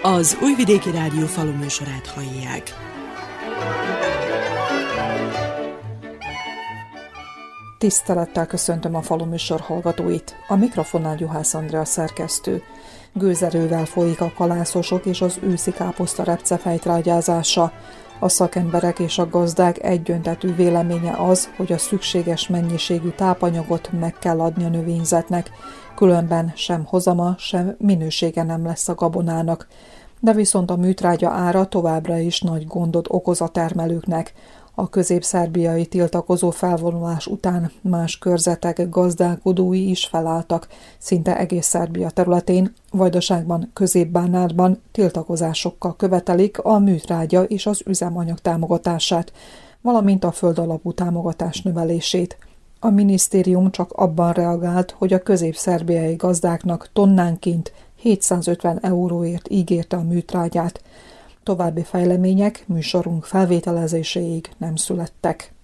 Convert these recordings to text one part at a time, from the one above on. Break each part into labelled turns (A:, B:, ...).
A: Az Újvidéki Rádió faluműsorát hallják.
B: Tisztelettel köszöntöm a faluműsor hallgatóit. A mikrofonnál Juhász Andrea szerkesztő. Gőzerővel folyik a kalászosok és az őszi káposzta repcefejtrágyázása. A szakemberek és a gazdák egyöntetű véleménye az, hogy a szükséges mennyiségű tápanyagot meg kell adni a növényzetnek, különben sem hozama, sem minősége nem lesz a gabonának. De viszont a műtrágya ára továbbra is nagy gondot okoz a termelőknek. A közép-szerbiai tiltakozó felvonulás után más körzetek gazdálkodói is felálltak, szinte egész Szerbia területén, Vajdaságban, Közép-Bánátban tiltakozásokkal követelik a műtrágya és az üzemanyag támogatását, valamint a földalapú támogatás növelését. A minisztérium csak abban reagált, hogy a közép-szerbiai gazdáknak tonnánként 750 euróért ígérte a műtrágyát. További fejlemények műsorunk felvételezéséig nem születtek.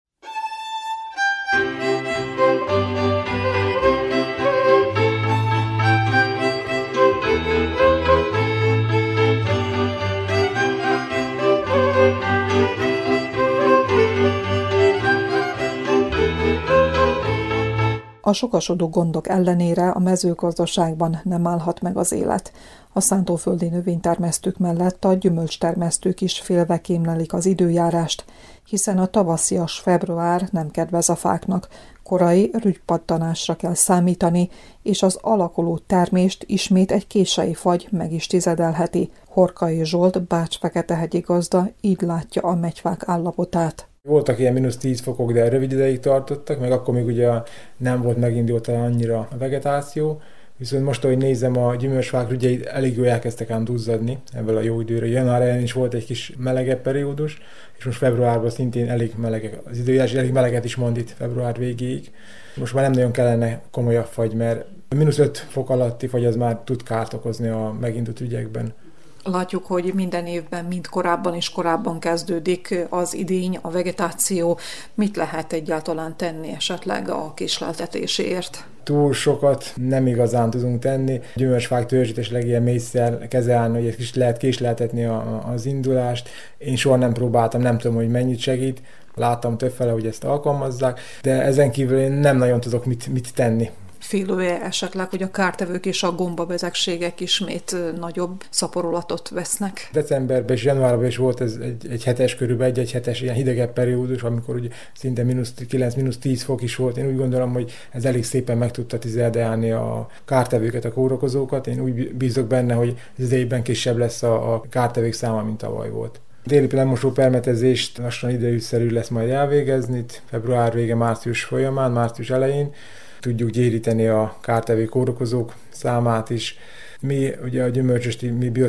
B: A sokasodó gondok ellenére a mezőgazdaságban nem állhat meg az élet. A szántóföldi növénytermesztők mellett a gyümölcstermesztők is félve kémlelik az időjárást, hiszen a tavaszias február nem kedvez a fáknak, korai rügypattanásra kell számítani, és az alakuló termést ismét egy kései fagy meg is tizedelheti. Horkai Zsolt, Bács-Feketehegyi gazda így látja a megyfák állapotát.
C: Voltak ilyen -10 fokok, de rövid ideig tartottak, meg akkor még ugye nem volt megindult annyira a vegetáció, viszont most, ahogy nézem, a gyümölcsfák rügyei elég jól elkezdtek ám duzzadni ebből a jó időre. Január elején is volt egy kis melegebb periódus, és most februárban szintén elég meleg, az időjárás elég meleget is mond itt február végéig. Most már nem nagyon kellene komolyabb fagy, mert a -5 fok alatti fagy az már tud kárt okozni a megindult ügyekben.
B: Látjuk, hogy minden évben, mind korábban és korábban kezdődik az idény, a vegetáció. Mit lehet egyáltalán tenni esetleg a késleltetéséért?
C: Túl sokat nem igazán tudunk tenni. A gyümölcsfák törzsét esetleg ilyen mészsel kezelni, hogy kis lehet késleltetni az indulást. Én soha nem próbáltam, nem tudom, hogy mennyit segít. Láttam többfele, hogy ezt alkalmazzák, de ezen kívül én nem nagyon tudok mit tenni.
B: Félő-e esetleg, hogy a kártevők és a gombabetegségek ismét nagyobb szaporulatot vesznek?
C: Decemberben és januárban is volt ez egy hetes körülbelül, egy hetes ilyen hidegebb periódus, amikor ugye szinte -9, -10 fok is volt. Én úgy gondolom, hogy ez elég szépen meg tudta tizedelni a kártevőket, a kórokozókat. Én úgy bízok benne, hogy az évben kisebb lesz a kártevők száma, mint tavaly volt. A téli lemosó permetezést lassan idejűszerű lesz majd elvégezni, február vége, március folyamán, március elején. Tudjuk gyéríteni a kártevő kórokozók számát is. Mi ugye a gyümölcsöst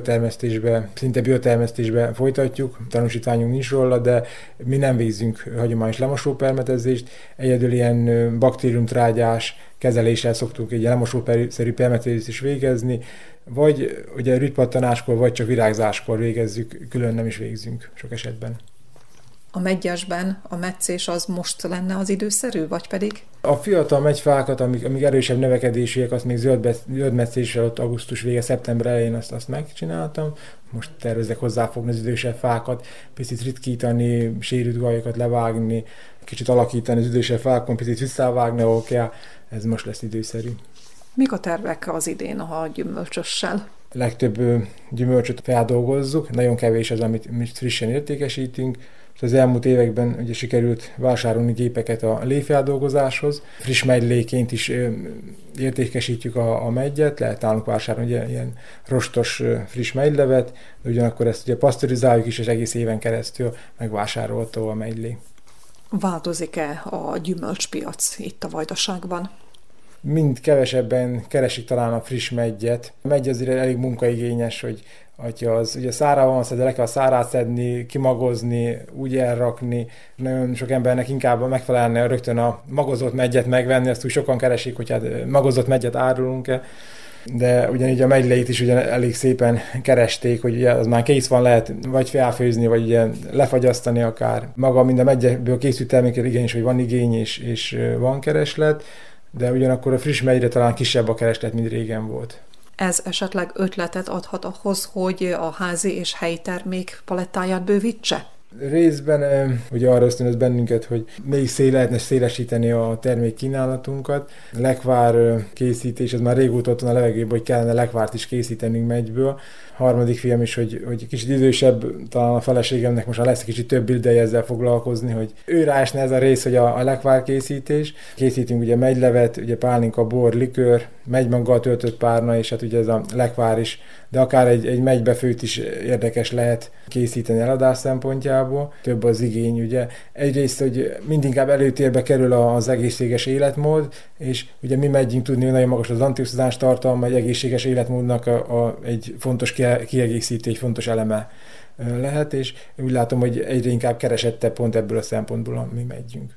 C: szinte biotermesztésbe folytatjuk, tanúsítványunk nincs róla, de mi nem végzünk hagyományos lemosópermetezést, egyedül ilyen baktériumtrágyás kezeléssel szoktunk egy lemosószerű permetezést is végezni, vagy ugye rügypattanáskor, vagy csak virágzáskor végezzük, külön nem is végzünk sok esetben.
B: A meggyesben a metszés az most lenne az időszerű, vagy pedig?
C: A fiatal megyfákat, amik erősebb növekedésűek, azt még zöld metszéssel ott augusztus vége, szeptember elején azt megcsináltam. Most tervezek hozzáfogni az idősebb fákat, picit ritkítani, sérült gajokat levágni, kicsit alakítani az idősebb fákon, picit visszavágni, ahol kell. Ez most lesz időszerű.
B: Mik a tervek az idén a gyümölcsössel?
C: Legtöbb gyümölcsöt feldolgozzuk, nagyon kevés az, amit frissen értékesítünk. Az elmúlt években ugye sikerült vásárolni gépeket a léhfeldolgozáshoz. Friss megyléként is értékesítjük a meggyet, lehet nálunk vásárolni ugye, ilyen rostos friss megylevet, de ugyanakkor ezt ugye pasztörizáljuk is, és egész éven keresztül megvásárolható a megylé.
B: Változik-e a gyümölcspiac itt a Vajdaságban?
C: Mind kevesebben keresik talán a friss meggyet. A megy azért elég munkaigényes, hogy az ugye szárában van szedve, le kell a szárát szedni, kimagozni, úgy elrakni. Nagyon sok embernek inkább megfelelne rögtön a magozott meggyet megvenni, azt úgy sokan keresik, hogy hát magozott meggyet árulunk-e. De ugyanígy a megyleit is ugye elég szépen keresték, hogy ugye az már kész van, lehet vagy felfőzni, vagy ugye lefagyasztani akár. Maga mind a megyből készült termékekre igenis, hogy van igény és van kereslet, de ugyanakkor a friss megyre talán kisebb a kereslet, mint régen volt.
B: Ez esetleg ötletet adhat ahhoz, hogy a házi és helyi termék palettáját bővítse?
C: Részben ugye arra ösztönöz bennünket, hogy még lehetne szélesíteni a termékkínálatunkat. Lekvár készítés, ez már régóta ott van a levegőben, hogy kellene lekvárt is készítenünk megyből. Harmadik fiam is, hogy kicsit idősebb, talán a feleségemnek most már lesz egy kicsit több ideje ezzel foglalkozni, hogy ő ráesne ez a rész, hogy a lekvár készítés. Készítünk ugye megylevet, ugye pálinka, bor, likőr, megymaggal töltött párna, és hát ugye ez a lekvár is, de akár egy megybefőt is érdekes lehet készíteni eladás szempontjából. Több az igény, ugye. Egyrészt, hogy mindinkább előtérbe kerül az egészséges életmód, és ugye mi megyünk tudni, hogy nagyon magas az antioxidáns tartalma, egy egészséges életmódnak egy fontos kiegészítő, egy fontos eleme lehet, és úgy látom, hogy egyre inkább keresettebb pont ebből a szempontból, mi megyünk.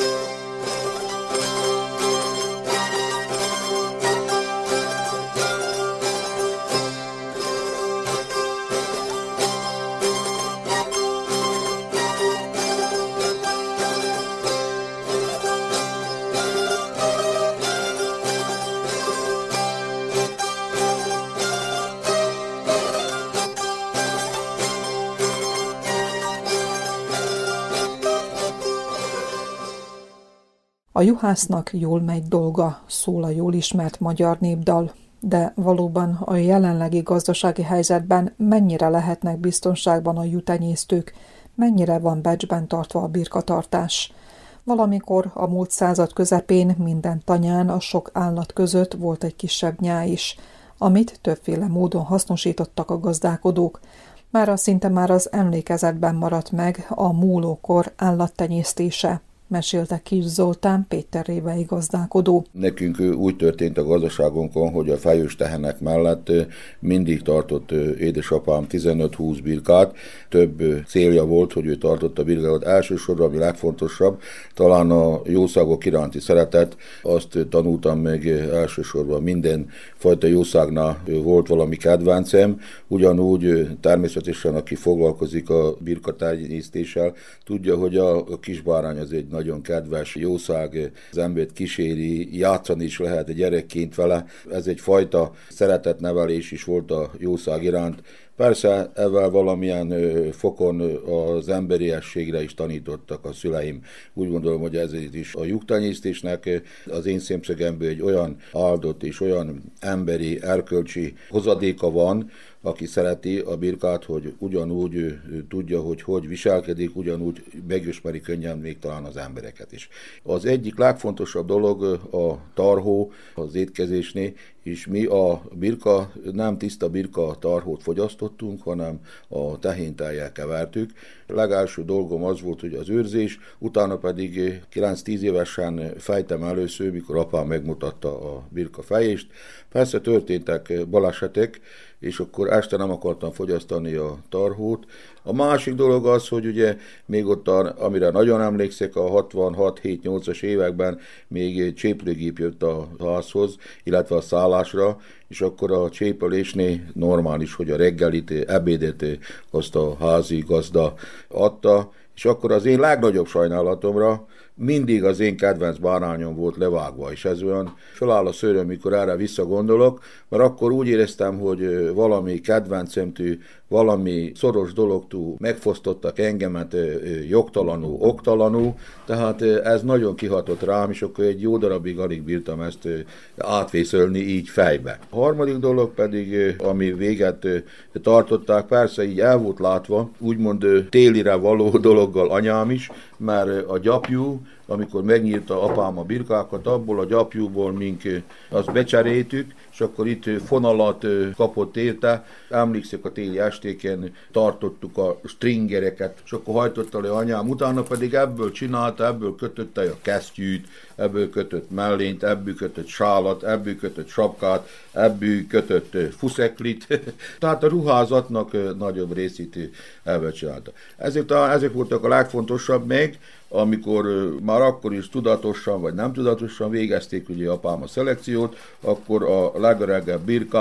B: A juhásznak jól megy dolga, szól a jól ismert magyar népdal, de valóban a jelenlegi gazdasági helyzetben mennyire lehetnek biztonságban a juhtenyésztők, mennyire van becsben tartva a birkatartás. Valamikor a múlt század közepén minden tanyán a sok állat között volt egy kisebb nyáj is, amit többféle módon hasznosítottak a gazdálkodók. Mára szinte már az emlékezetben maradt meg a múlókor állattenyésztése, mesélte Kis Zoltán péterrévei gazdálkodó.
D: Nekünk úgy történt a gazdaságunkon, hogy a fejős tehenek mellett mindig tartott édesapám 15-20 birkát. Több célja volt, hogy ő tartotta birkákat. Elsősorban, ami legfontosabb, talán a jószágok iránti szeretet. Azt tanultam meg elsősorban, minden fajta jószágnál volt valami kedvencem. Ugyanúgy természetesen, aki foglalkozik a birkatenyésztéssel, tudja, hogy a kisbárány az egy nagyon kedves jószág, az embert kíséri, játszani is lehet gyerekként vele. Ez egyfajta szeretetnevelés is volt a jószág iránt. Persze ezzel valamilyen fokon az emberiességre is tanítottak a szüleim. Úgy gondolom, hogy ezért is a juhtenyésztésnek az én szemszögemből egy olyan áldott és olyan emberi, erkölcsi hozadéka van, aki szereti a birkát, hogy ugyanúgy tudja, hogy viselkedik, ugyanúgy megismeri könnyen még talán az embereket is. Az egyik legfontosabb dolog a tarhó az étkezésnél, és mi a birka, nem tiszta birka tarhót fogyasztottunk, hanem a tehéntellyel kevertük. A legelső dolgom az volt, hogy az őrzés, utána pedig 9-10 évesen fejtem először, mikor apám megmutatta a birka fejést. Persze történtek balesetek, és akkor este nem akartam fogyasztani a tarhót. A másik dolog az, hogy ugye még ott, amire nagyon emlékszek, a 66-7-8-as években még cséplőgép jött a házhoz, illetve a szállásra, és akkor a csépelésnél normális, hogy a reggelit, ebédet azt a házi gazda adta, és akkor az én legnagyobb sajnálatomra mindig az én kedvenc bárányom volt levágva, és ez olyan feláll a szőröm, mikor erre visszagondolok, mert akkor úgy éreztem, hogy valami kedvencemtű, valami szoros dologtól megfosztottak engemet jogtalanul, oktalanul, tehát ez nagyon kihatott rám, és akkor egy jó darabig alig bírtam ezt átvészölni így fejbe. A harmadik dolog pedig, ami véget tartották, persze így el volt látva, úgymond télire való dologgal anyám is, mert a gyapjú, amikor megnyírta apám a birkákat, abból a gyapjúból mink azt becseréltük, és akkor itt fonalat kapott érte. Emlékszek, a téli estéken tartottuk a stringereket, és akkor hajtotta le anyám, utána pedig ebből csinálta, ebből kötötte a kesztyűt, ebből kötött mellényt, ebből kötött sálat, ebből kötött sapkát, ebből kötött fuszeklit. Tehát a ruházatnak nagyobb részét ebből csinálta. Ezek voltak a legfontosabb még, amikor már akkor is tudatosan vagy nem tudatosan végezték ugye apám a szelekciót, akkor a legöregebb birkát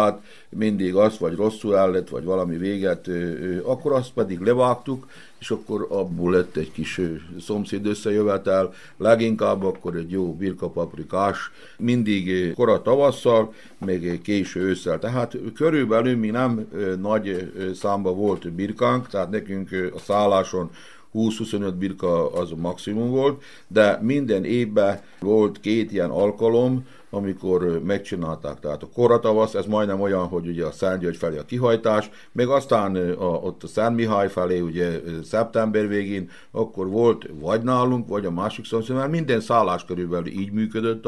D: mindig azt, vagy rosszul el lett, vagy valami véget, akkor azt pedig levágtuk, és akkor abból lett egy kis szomszéd összejövetel, leginkább akkor egy jó birkapaprikás, mindig kora tavasszal, még késő ősszel. Tehát körülbelül mi nem nagy számba volt birkánk, tehát nekünk a szálláson 20-25 birka az a maximum volt, de minden évben volt 2 ilyen alkalom, amikor megcsinálták. Tehát a koratavasz, ez majdnem olyan, hogy ugye a Szentgyörgy felé a kihajtás, még aztán ott a Szent Mihály felé, ugye szeptember végén, akkor volt vagy nálunk, vagy a másik szomszéd, mert minden szállás körülbelül így működött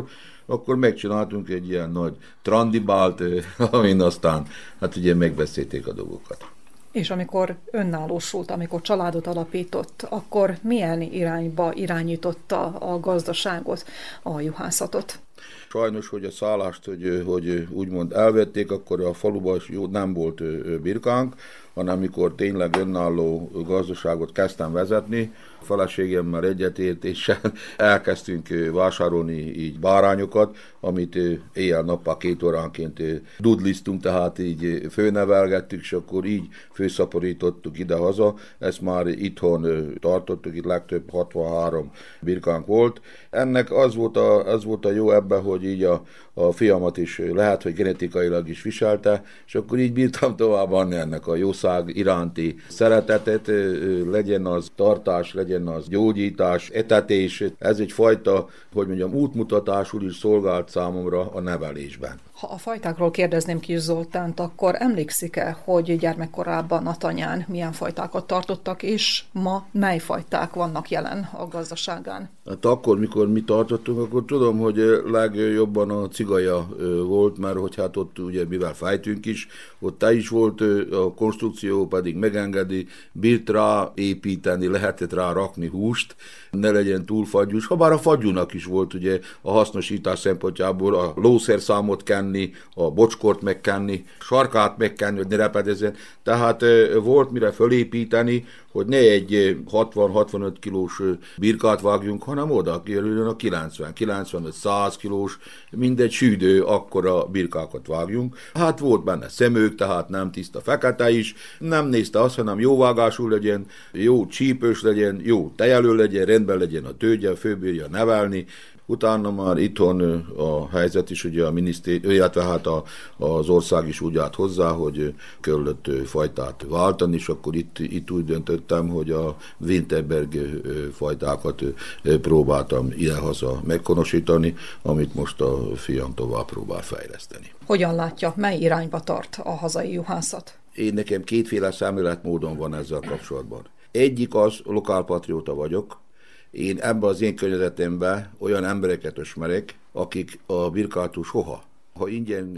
D: akkor megcsináltunk egy ilyen nagy trandibált, amin aztán hát ugye megbeszélték a dolgokat.
B: És amikor önállósult, amikor családot alapított, akkor milyen irányba irányította a gazdaságot, a juhászatot?
D: Sajnos, hogy a szállást, hogy úgymond elvették, akkor a faluban nem volt birkánk, hanem amikor tényleg önálló gazdaságot kezdtem vezetni, a feleségemmel egyetértéssel elkezdtünk vásárolni így bárányokat, amit éjjel-nappal 2 óránként dudliztunk, tehát így főnevelgettük, és akkor így főszaporítottuk ide-haza. Ezt már itthon tartottuk, itt legtöbb 63 birkánk volt. Ennek az volt a jó ebben, hogy így a fiamat is lehet, hogy genetikailag is viselte, és akkor így bírtam tovább adni ennek a jószág iránti szeretetet, legyen az tartás, legyen az gyógyítás, etetés, ez egyfajta, hogy mondjam, útmutatásul is szolgált számomra a nevelésben.
B: Ha a fajtákról kérdezném Kis Zoltánt, akkor emlékszik-e, hogy gyermekkorában a tanyán milyen fajtákat tartottak, és ma mely fajták vannak jelen a gazdaságán?
D: Hát akkor, mikor mi tartottunk, akkor tudom, hogy legjobban a cigaja volt, mert hogy hát ott ugye mivel fejtünk is, ott is volt, a konstrukció pedig megengedi, bírt rá építeni, lehetett rá rakni húst, ne legyen túl fagyús, ha bár a fagyúnak is volt ugye a hasznosítás szempontjából a lószerszámot kenni, a bocskort megkenni, sarkát megkenni, hogy ne repedezzen, tehát volt mire fölépíteni, hogy ne egy 60-65 kilós birkát vágjunk, hanem oda kerüljön a 90-95-100 kilós, mindegy südő, akkora birkákat vágjunk. Hát volt benne szemők, tehát nem tiszta fekete is, nem nézte azt, hanem jó vágású legyen, jó csípős legyen, jó tejelő legyen, rendben legyen a tőgye, főbírja nevelni. Utána már itthon a helyzet is, ugye a minisztérium, illetve hát az ország is úgy állt hozzá, hogy kellett fajtát váltani, és akkor itt úgy döntöttem, hogy a Winterberg fajtákat próbáltam idehaza meghonosítani, amit most a fiam tovább próbál fejleszteni.
B: Hogyan látja, mely irányba tart a hazai juhászat?
D: Nekem 2 szemléletmódon van ezzel kapcsolatban. Egyik az, lokálpatrióta vagyok. Én ebben az én környezetemben olyan embereket ismerek, akik a birkától soha. Ha ingyen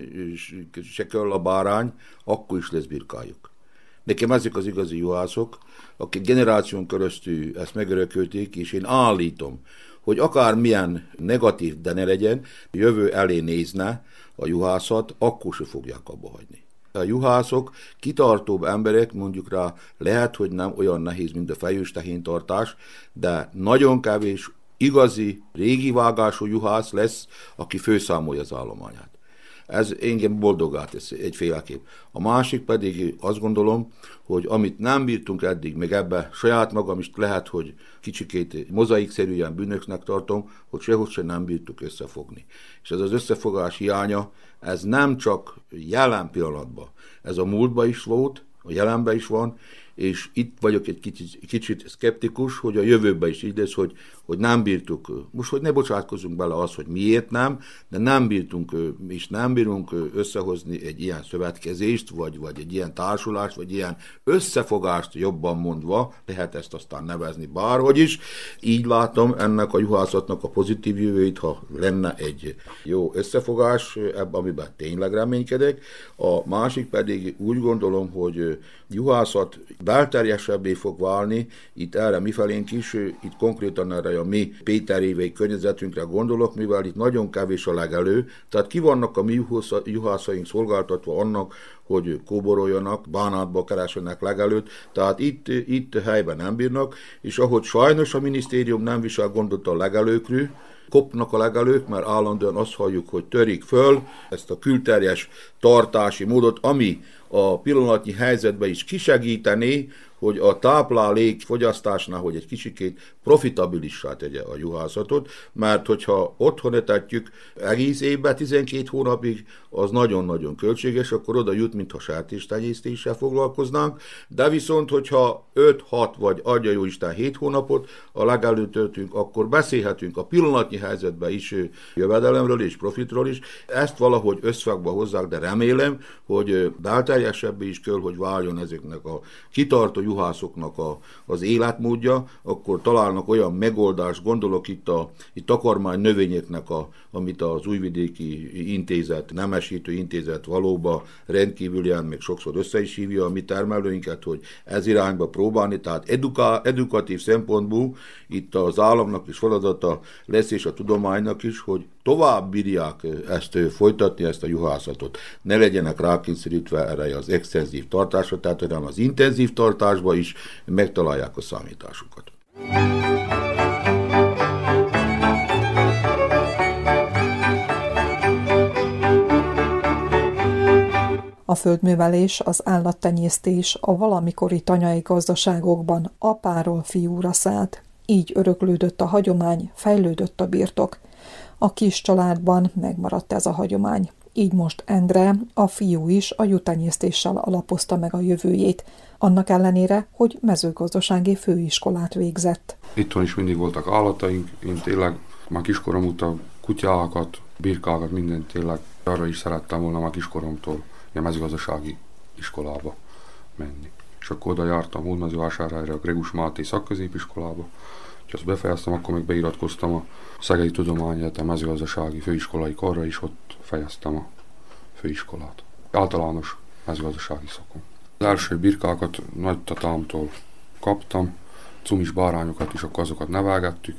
D: se kell a bárány, akkor is lesz birkájuk. Nekem ezek az igazi juhászok, akik generáción keresztül ezt megörökölték, és én állítom, hogy akármilyen negatív, de ne legyen, jövő elé nézne a juhászat, akkor se fogják abba hagyni. A juhászok kitartóbb emberek, mondjuk rá, lehet, hogy nem olyan nehéz, mint a fejős tehéntartás, de nagyon kevés igazi, régi vágású juhász lesz, aki főszámolja az állományát. Ez engem boldogá tesz egyféleképp. A másik pedig azt gondolom, hogy amit nem bírtunk eddig, meg ebbe saját magam is lehet, hogy kicsikét mozaikszerűen bűnöknek tartom, hogy sehogy sem nem bírtuk összefogni. És ez az összefogás hiánya, ez nem csak jelen pillanatban, ez a múltban is volt, a jelenben is van, és itt vagyok egy kicsit szkeptikus, hogy a jövőben is így lesz, hogy nem bírtuk, most hogy ne bocsátkozunk bele az, hogy miért nem, de nem bírtunk, és nem bírunk összehozni egy ilyen szövetkezést, vagy egy ilyen társulást, vagy ilyen összefogást jobban mondva, lehet ezt aztán nevezni bárhogy is. Így látom ennek a juhászatnak a pozitív jövőjét, ha lenne egy jó összefogás, amiben tényleg reménykedek. A másik pedig úgy gondolom, hogy juhászat belterjesebbé fog válni, itt erre mifelénk is, itt konkrétan erre a mi Péterévei környezetünkre gondolok, mivel itt nagyon kevés a legelő, tehát ki vannak a mi juhászaink szolgáltatva annak, hogy kóboroljanak, bánátba keressenek legelőt, tehát itt helyben nem bírnak, és ahogy sajnos a minisztérium nem visel gondot a legelőkről, kopnak a legelők, mert állandóan azt halljuk, hogy törik föl ezt a külterjes tartási módot, ami a pillanatnyi helyzetben is kisegíteni, hogy a táplálék fogyasztásnál, hogy egy kicsikét profitabilissá tegye a juhászatot, mert hogyha otthon etetjük egész évben, 12 hónapig, az nagyon-nagyon költséges, akkor oda jut, mintha sertéstenyésztéssel foglalkoznánk, de viszont, hogyha 5-6 vagy adja jó Isten 7 hónapot a legelőtt töltünk, akkor beszélhetünk a pillanatnyi helyzetben is jövedelemről és profitról is. Ezt valahogy összfogva hozzák, de remélem, hogy belterjesebb is kell, hogy váljon ezeknek a kitartó juhászoknak az életmódja, akkor találnak olyan megoldást, gondolok itt a takarmány növényeknek, amit az Újvidéki Intézet, Nemesítő Intézet valóban rendkívülien, még sokszor össze is hívja a mi termelőinket, hogy ez irányba próbálni, tehát edukatív szempontból itt az államnak is feladata lesz, és a tudománynak is, hogy tovább bírják ezt folytatni, ezt a juhászatot. Ne legyenek rákényszerítve erre az extenzív tartásra, tehát hanem az intenzív tartásba is megtalálják a számításukat.
B: A földművelés, az állattenyésztés a valamikori tanyai gazdaságokban apáról fiúra szállt. Így öröklődött a hagyomány, fejlődött a birtok. A kis családban megmaradt ez a hagyomány. Így most Endre, a fiú is a juhtenyésztéssel alapozta meg a jövőjét, annak ellenére, hogy mezőgazdasági főiskolát végzett.
E: Itthon is mindig voltak állataink, én tényleg már kiskorom óta kutyákat, birkákat, mindent tényleg arra is szerettem volna már kiskoromtól a mezőgazdasági iskolába menni. És akkor oda jártam Hódmezővásárhelyre a Gregus Máté szakközépiskolába, és azt befejeztem, akkor még beiratkoztam a Szegedi Tudományegyetem mezőgazdasági főiskolai karra, és ott fejeztem a főiskolát. Általános mezőgazdasági szakon. Az első birkákat nagytatámtól kaptam, cumis bárányokat is, akkor azokat nevelgettük,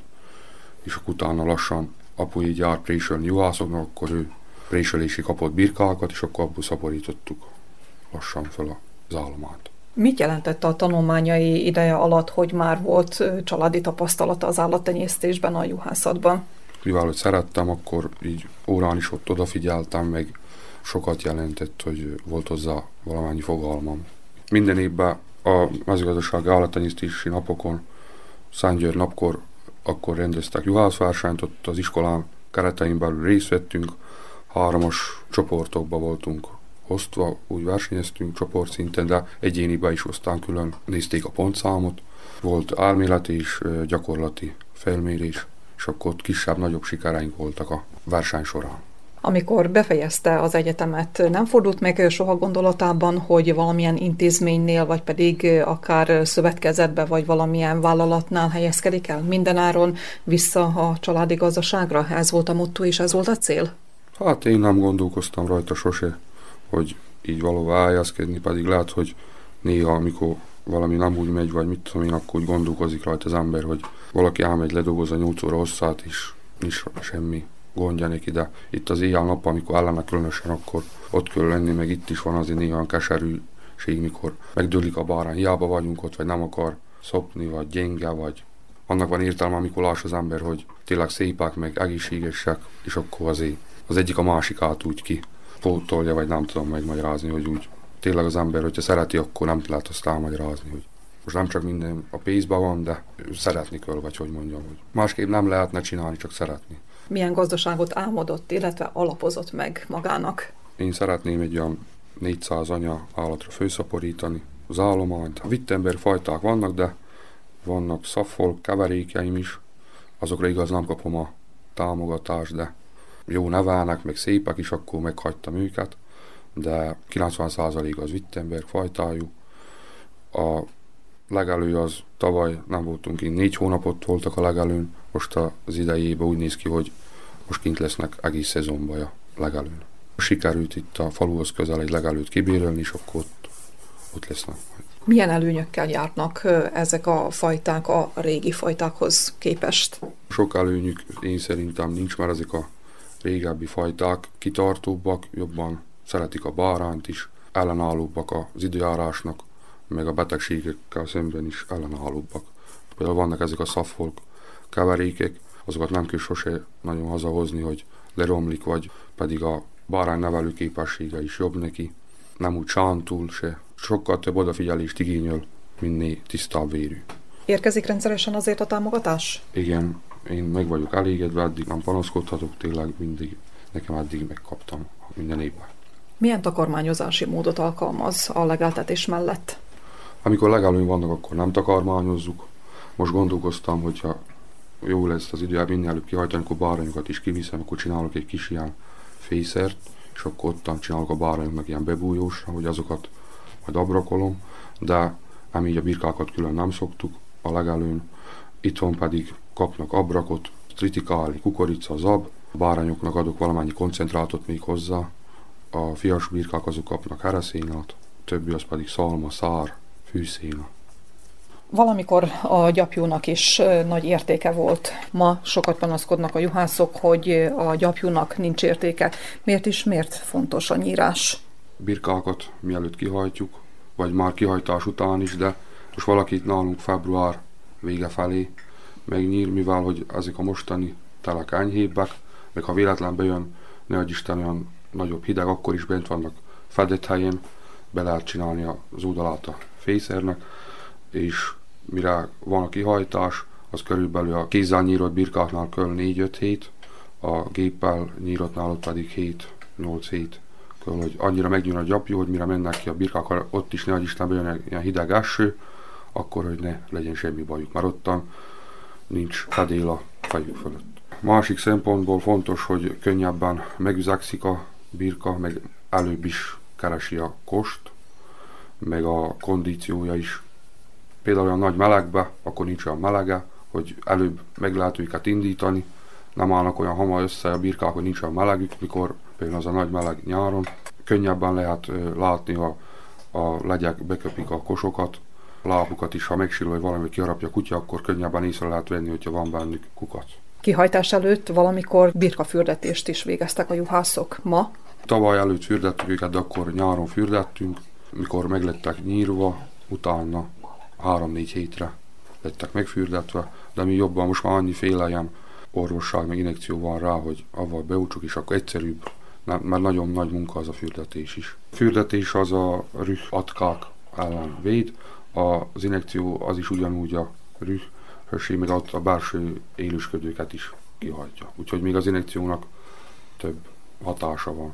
E: és akkor utána lassan apu így járt préselni juhászoknak, akkor ő préselési kapott birkákat, és akkor abból szaporítottuk lassan fel az állományt.
B: Mit jelentett a tanulmányai ideje alatt, hogy már volt családi tapasztalata az állattenyésztésben, a juhászatban?
E: Mivel, hogy szerettem, akkor így órán is ott odafigyeltem, meg sokat jelentett, hogy volt hozzá valamennyi fogalmam. Minden évben a mezőgazdasági állattenyésztési napokon, Szentgyörgy napkor, akkor rendeztek juhászversenyt, ott az iskolán keretein belül részt vettünk, 3-as csoportokba voltunk osztva, úgy versenyeztünk csoportszinten, de egyéniben is aztán külön nézték a pontszámot. Volt elméleti és gyakorlati felmérés, és akkor ott kisebb-nagyobb sikereink voltak a verseny során.
B: Amikor befejezte az egyetemet, nem fordult meg soha gondolatában, hogy valamilyen intézménynél, vagy pedig akár szövetkezetbe, vagy valamilyen vállalatnál helyezkedik el mindenáron vissza a családi gazdaságra? Ez volt a motto és ez volt a cél?
E: Hát én nem gondolkoztam rajta sose, hogy így valóban elhelyezkedni, pedig lehet, hogy néha, amikor valami nem úgy megy, vagy mit tudom én, akkor úgy gondolkozik rajta az ember, hogy valaki elmegy, ledolgozza 8 óra hosszát, és nincs semmi gondja neki, de itt az éjjel-nap, amikor ellene különösen, akkor ott kell lenni, meg itt is van azért néha keserűség, mikor megdőlik a bárány, hiába vagyunk ott, vagy nem akar szopni, vagy gyenge, vagy annak van értelme, amikor láss az ember, hogy tényleg szépek, meg egészségesek, és akkor azért az egyik a másikát úgy ki pótolja, vagy nem tudom megmagyarázni, hogy úgy tényleg az ember, hogyha szereti, akkor nem lehet azt elmagyarázni, hogy most nem csak minden a pénzben van, de szeretni kell, vagy hogy mondjam, hogy másképp nem lehetne csinálni, csak szeretni.
B: Milyen gazdaságot álmodott, illetve alapozott meg magának?
E: Én szeretném egy olyan 400 anya állatra főszaporítani az állományt. A Wittenberg fajták vannak, de vannak Suffolk keverékeim is, azokra igaz nem kapom a támogatást, de jó nevelnek, meg szépek is, akkor meghagytam őket, de 90% az Wittenberg fajtájú. A legelő az tavaly nem voltunk kint, 4 hónapot voltak a legelőn, most az idejében úgy néz ki, hogy most kint lesznek egész szezonban a legelőn. Sikerült itt a faluhoz közel egy legelőt kibérelni, és akkor ott lesznek.
B: Milyen előnyökkel járnak ezek a fajták a régi fajtákhoz képest?
E: Sok előnyük én szerintem nincs, mert ezek a régebbi fajták kitartóbbak, jobban szeretik a bárányt is, ellenállóbbak az időjárásnak, meg a betegségekkel szemben is ellenállóbbak. Például vannak ezek a Suffolk keverékek, azokat nem kell sose nagyon hazahozni, hogy leromlik, vagy pedig a bárány nevelő képessége is jobb neki. Nem úgy sántul se. Sokkal több odafigyelést igényel, minél tisztább vérű.
B: Érkezik rendszeresen azért a támogatás?
E: Igen, én meg vagyok elégedve, eddig nem panaszkodhatok, tényleg mindig, nekem eddig megkaptam minden évben.
B: Milyen takarmányozási módot alkalmaz a legeltetés mellett?
E: Amikor legelőn vannak, akkor nem takarmányozzuk. Most gondolkoztam, hogyha jó lesz az idő, minél előbb kihajtani, akkor bárányokat is kiviszem, akkor csinálok egy kis ilyen fészert, és akkor ottan csinálok a bárányoknak ilyen bebújósra, hogy azokat majd abrakolom, de nem így a birkákat külön nem szoktuk a legelőn. Itthon pedig kapnak abrakot, tritikálni, kukorica, zab, a bárányoknak adok valamennyi koncentrátot még hozzá, a fias birkák azok kapnak hereszénát, többi az pedig szalma, szár, fűszéna.
B: Valamikor a gyapjúnak is nagy értéke volt. Ma sokat panaszkodnak a juhászok, hogy a gyapjúnak nincs értéke. Miért fontos a nyírás?
E: Birkákat mielőtt kihajtjuk, vagy már kihajtás után is, de most valakit nálunk február vége felé megnyír, mivel hogy ezek a mostani telek enyhébbek, meg ha véletlen bejön, ne adj Isten, olyan nagyobb hideg, akkor is bent vannak fedett helyén, be lehet csinálni az oldalát a fészernek, és mire van a kihajtás, az körülbelül a kézzel nyírott birkáknál kell 4-5 hét, a géppel nyírottnál ott pedig 7-8 hét kell, hogy annyira megnyíl a gyapjú, hogy mire mennek ki a birkák, ott is ne adj Isten bejön ilyen hideg eső, akkor, hogy ne legyen semmi bajuk, mert ottan nincs fedél a fejük fölött. Másik szempontból fontos, hogy könnyebben megüzegszik a birka, meg előbb is keresi a kost, meg a kondíciója is. Például olyan nagy melegbe, akkor nincs olyan melege, hogy előbb meg lehet őket indítani, nem állnak olyan hamar össze a birkák, hogy nincs olyan melegük, mikor például az a nagy meleg nyáron. Könnyebben lehet látni, ha a legyek beköpik a kosokat, a lábukat is, ha megsérül, vagy valami kiharapja a kutya, akkor könnyebben észre lehet venni, hogyha van bennük kukac.
B: Kihajtás előtt valamikor birkafürdetést is végeztek a juhászok. Ma?
E: Tavaly előtt fürdettük őket, de akkor nyáron fürdettünk, mikor meglettek nyírva, utána 3-4 hétre lettek megfürdetve, de mi jobban most már annyiféle ilyen orvosság, meg injekció van rá, hogy avval beúcsuk, és akkor egyszerűbb, mert nagyon nagy munka az a fürdetés is. A fürdetés az a rüh atkák ellen véd, az injekció az is ugyanúgy a rühhösség, meg a belső élősködőket is kihajtja. Úgyhogy még az injekciónak több hatása van.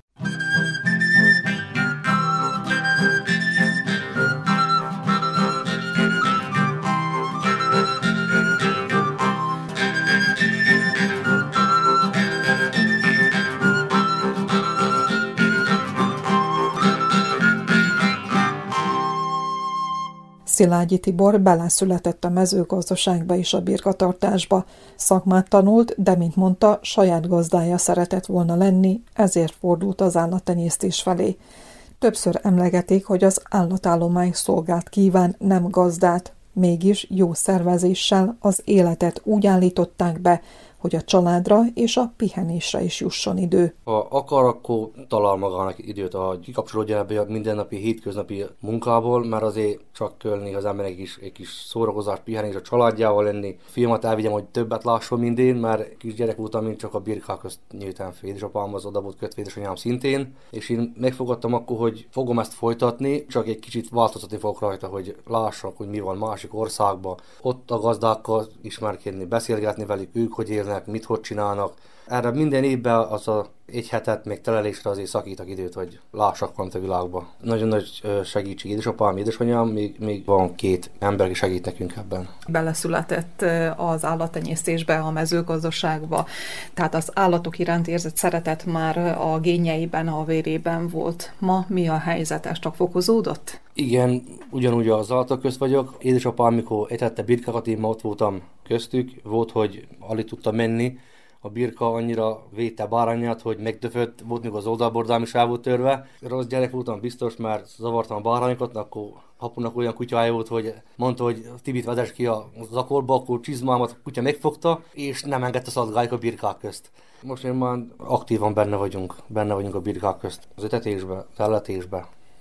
B: Szilágyi Tibor beleszületett a mezőgazdaságba és a birkatartásba. Szakmát tanult, de mint mondta, saját gazdája szeretett volna lenni, ezért fordult az állattenyésztés felé. Többször emlegetik, hogy az állatállomány szolgált kíván, nem gazdát, mégis jó szervezéssel az életet úgy állították be, hogy a családra és a pihenésre is jusson idő.
F: Ha akar, akkor talál magának időt, hogy kikapcsolódjon ebbe a mindennapi, hétköznapi munkából, mert azért csak kölni az emberek is egy kis szórakozás, pihenés a családjával lenni. Filmet elvigyem, hogy többet lásson, mint én, mert kisgyerek voltam, mint csak a birkák közt nyíltam fel. Édesapám az oda volt kötve, édesanyám szintén, és én megfogadtam akkor, hogy fogom ezt folytatni, csak egy kicsit változtatni fogok rajta, hogy lássak, hogy mi van másik országban. Ott a gazdákkal ismerkedni, beszélgetni velük, ők hogy élnek, mit hogy csinálnak. Erre minden évben az a egy hetet még telelésre azért szakítak időt, hogy lássak valamit a világban. Nagyon nagy segítség édesapám, édesanyám, még van 2 ember, aki segít nekünk ebben.
B: Beleszületett az állattenyésztésbe, a mezőgazdaságba, tehát az állatok iránt érzett szeretet már a génjeiben, a vérében volt. Ma mi a helyzet? Ez csak fokozódott?
F: Igen, ugyanúgy az állatok közt vagyok. Édesapám, mikor etette birkákat, én ma ott voltam köztük, volt, hogy alig tudtam menni. A birka annyira védte bárányát, hogy megdöfött, volt, mikor az oldalbordám is el volt törve. Rossz gyerek voltam biztos, mert zavartam a bárányokat, akkor apunak olyan kutyája volt, hogy mondta, hogy Tibit vezess ki a zakorba, akkor csizmámat a kutya megfogta, és nem engedte szaladgálni a birkák közt. Most én már aktívan benne vagyunk a birkák közt, az etetésbe, az elletésbe.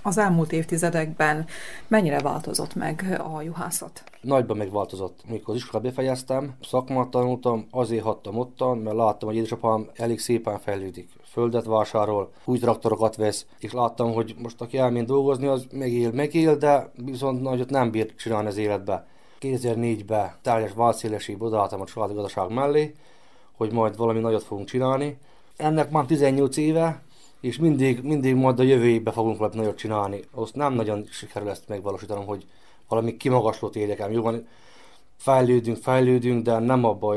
B: Az elmúlt évtizedekben mennyire változott meg a juhászat?
F: Nagyban megváltozott. Mikor az iskolát befejeztem, szakmát tanultam, azért hattam ottan, mert láttam, hogy édesapám elég szépen fejlődik. Földet vásárol, új traktorokat vesz, és láttam, hogy most aki elmént dolgozni, az megél, de viszont nagyot nem bír csinálni az életbe. 2004-ben teljes váltszélességbe odaálltam a családi gazdaság mellé, hogy majd valami nagyot fogunk csinálni. Ennek már 18 éve, és mindig majd a jövő évben fogunk valami nagyot csinálni. Azt nem nagyon sikerül ezt megvalósítanom, hogy valami kimagaslót érjek el. Jó van, fejlődünk, de nem abban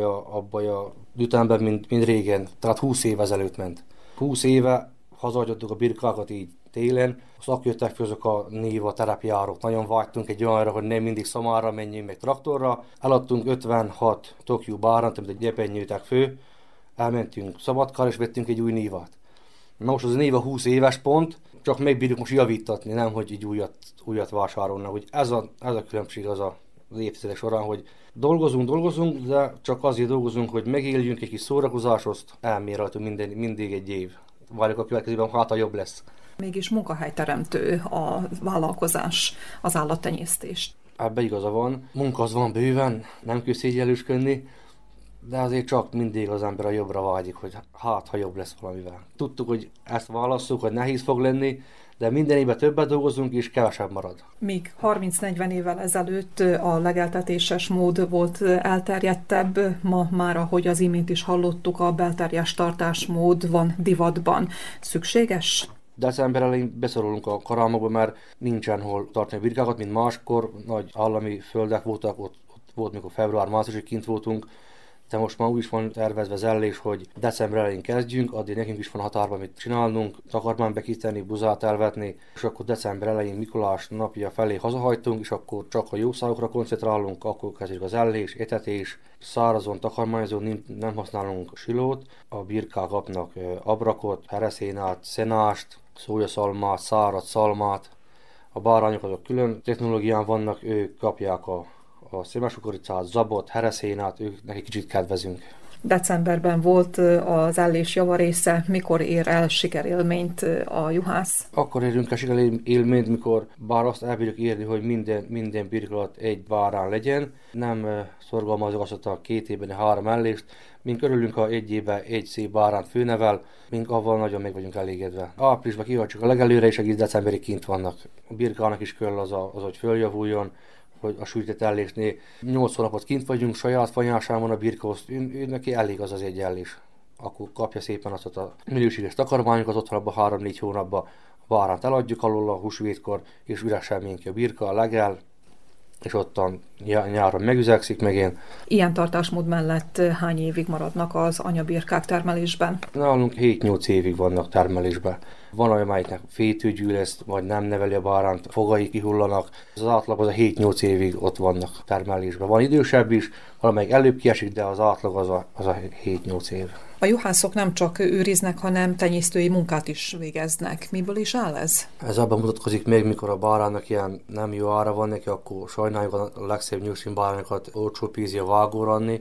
F: a ütemben, mint régen. Tehát 20 év ezelőtt ment. 20 éve hazahagyottuk a birkákat így télen, azt jöttek fel azok a néva terepjárok. Nagyon vágytunk egy olyanra, hogy nem mindig szamára menjünk meg traktorra. Eladtunk 56 Tokió báránt, amit egy gyepen nyújták fő. Elmentünk Szabadkára és vettünk egy új nívát. Na most az a néva 20 éves pont, csak megbírjuk most javítatni, nem hogy így újat vásárolnak. Hogy ez a különbség az évtizedek során, hogy dolgozunk, de csak azért dolgozunk, hogy megéljünk egy kis szórakozáshoz, elmérhetünk mindig egy év. Várjuk a következőben, hát a jobb lesz.
B: Mégis munkahelyteremtő a vállalkozás, az állattenyésztés.
F: Ebben igaza van, munka az van bőven, nem kell szégyellősködni, de azért csak mindig az ember a jobbra vágyik, hogy hát, ha jobb lesz valamivel. Tudtuk, hogy ezt válasszuk, hogy nehéz fog lenni, de minden évben többet dolgozunk, és kevesebb marad.
B: Míg 30-40 évvel ezelőtt a legeltetéses mód volt elterjedtebb, ma már, ahogy az imént is hallottuk, a belterjes tartásmód van divatban. Szükséges?
F: December elején beszorulunk a karámokba, mert nincsen hol tartani a birkákat, mint máskor. Nagy állami földek voltak, ott volt, mikor február-márciusig kint voltunk, de most már úgy is van tervezve zellés, hogy december elején kezdjünk, addig nekünk is van határban mit csinálnunk, takarmányt bekíteni, buzát elvetni, és akkor december elején Mikulás napja felé hazahagytunk, és akkor csak a jószágokra koncentrálunk, akkor kezdjük az ellés, etetés, szárazon, takarmányozón, nem használunk silót, a birkák kapnak abrakot, hereszénát, szenást, szójaszalmát, száraz szalmát, a bárányok azok külön technológián vannak, ők kapják a szénáskukoricát, zabot, hereszénát, neki kicsit kedvezünk.
B: Decemberben volt az ellés javarésze, mikor ér el sikerélményt a juhász?
F: Akkor érünk el sikerélményt, mikor bár azt elbírjuk érni, hogy minden birka alatt egy bárány legyen, nem szorgalmazok azt a 2 évben 3 ellést, mink örülünk, ha egy évben egy szép bárányt főnevel, mink avval nagyon meg vagyunk elégedve. Áprilisban kihagyjuk a legelőre, és egész decemberig kint vannak. A birkának is kell az, hogy följavuljon, hogy a sújtett ellésnél 8 hónapot kint vagyunk, saját fanyásában a birkahoz, ő neki elég az egy ellés. Akkor kapja szépen azt a minőséges takarmányokat, otthonabban 3-4 hónapban a bárányt eladjuk alól a húsvétkor, és üresen mink ki a birka, a legel, és ottan nyáron megüzegszik megint.
B: Ilyen tartásmód mellett hány évig maradnak az anyabirkák termelésben?
F: Nálunk 7-8 évig vannak termelésben. Van olyan, melyiknek fétőgyű lesz, vagy nem neveli a bárányt, fogai kihullanak. Az átlag az a 7-8 évig ott vannak termelésben. Van idősebb is, valamelyik előbb kiesik, de az átlag az a 7-8 év.
B: A juhászok nem csak őriznek, hanem tenyésztői munkát is végeznek. Miből is áll ez?
F: Ez abban mutatkozik meg, mikor a báránynak ilyen nem jó ára van neki, akkor sajnáljuk a legszebb nyugstin bárányokat olcsó pénzért vágóra adni,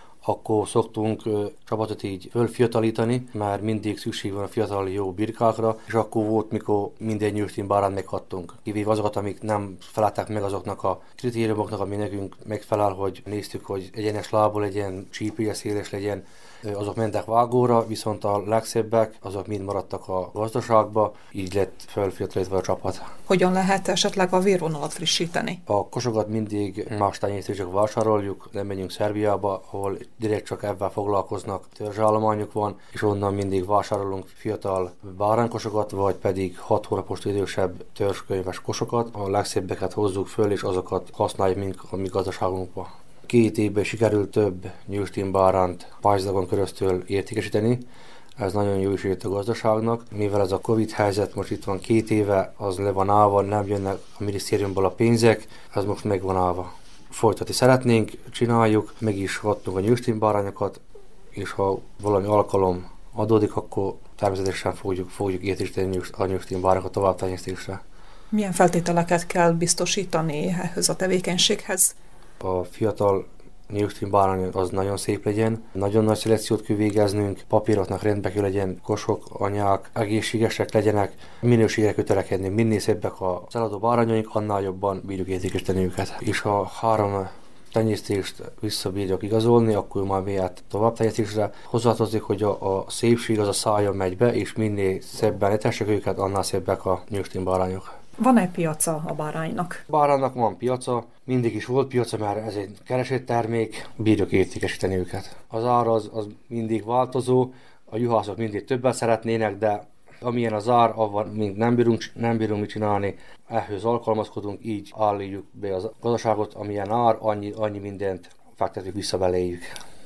F: akkor szoktunk csapatot így fölfiatalítani, mert mindig szükség van a fiatal jó birkákra, és akkor volt, mikor minden nyugstin báránt meghattunk. Kivéve azokat, amik nem feleltek meg azoknak a kritériumoknak, ami nekünk megfelel, hogy néztük, hogy egyenes lából legyen, csípője széles legyen, azok mentek vágóra, viszont a legszebbek, azok mind maradtak a gazdaságba, így lett fölfiatalítva a csapat.
B: Hogyan lehet esetleg a vérvonalat frissíteni?
F: A kosokat mindig más tenyésztések vásároljuk, nem megyünk Szerbiába, ahol direkt csak ebben foglalkoznak, törzsállományuk van, és onnan mindig vásárolunk fiatal báránykosokat, vagy pedig 6 hónapos idősebb törzskönyves kosokat. A legszebbeket hozzuk föl, és azokat használjuk a mi gazdaságunkba. 2 évben sikerült több nyugstin báránt pályázaton keresztül értékesíteni. Ez nagyon jó is jött a gazdaságnak. Mivel ez a Covid helyzet most itt van 2 éve, az le van állva, nem jönnek a minisztériumból a pénzek, ez most meg van állva. Folytatni szeretnénk, csináljuk, meg is hattunk a nyugstin bárányokat, és ha valami alkalom adódik, akkor természetesen fogjuk értékesíteni a nyugstin bárányokat továbbtenyésztésre.
B: Milyen feltételeket kell biztosítani ehhez a tevékenységhez?
F: A fiatal Nyilván bárány az nagyon szép legyen, nagyon nagy szelekciót kell végeznünk, papíroknak rendbe kell legyen, kosok, anyák, egészségesek legyenek, minőségre kell törekedni, minél szebbek a szaladó bárányaink, annál jobban bírjuk értékesíteni őket. És ha 3 tenyésztést visszabírjuk igazolni, akkor már miért tovább tenyésztésre hozzátartozik, hogy a szépség az a szájon megy be, és minél szebben etessek őket, annál szebbek a nyilván bárányok.
B: Van-e piaca a báránynak?
F: Báránynak van piaca, mindig is volt piaca, mert ez egy keresett termék, bírjuk értékesíteni őket. Az ár az mindig változó, a juhászok mindig többet szeretnének, de amilyen az ár, avval még nem bírunk mit csinálni, ehhez alkalmazkodunk, így állítjuk be a gazdaságot, amilyen ár, annyi mindent fektetünk vissza beléjük.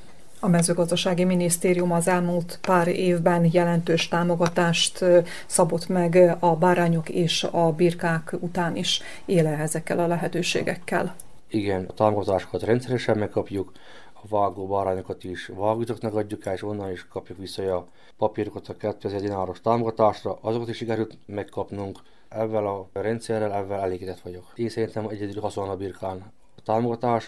B: A mezőgazdasági minisztérium az elmúlt pár évben jelentős támogatást szabott meg a bárányok és a birkák után is. Él ezekkel a lehetőségekkel?
F: Igen, a támogatásokat rendszeresen megkapjuk, a vágó bárányokat is vágóitaknak adjuk el, és onnan is kapjuk vissza a papírokat a 2000 dináros támogatásra, azokat is sikerült megkapnunk. Ezzel a rendszerrel, ezzel elégedett vagyok. Én szerintem egyedül haszon a birkán a támogatás,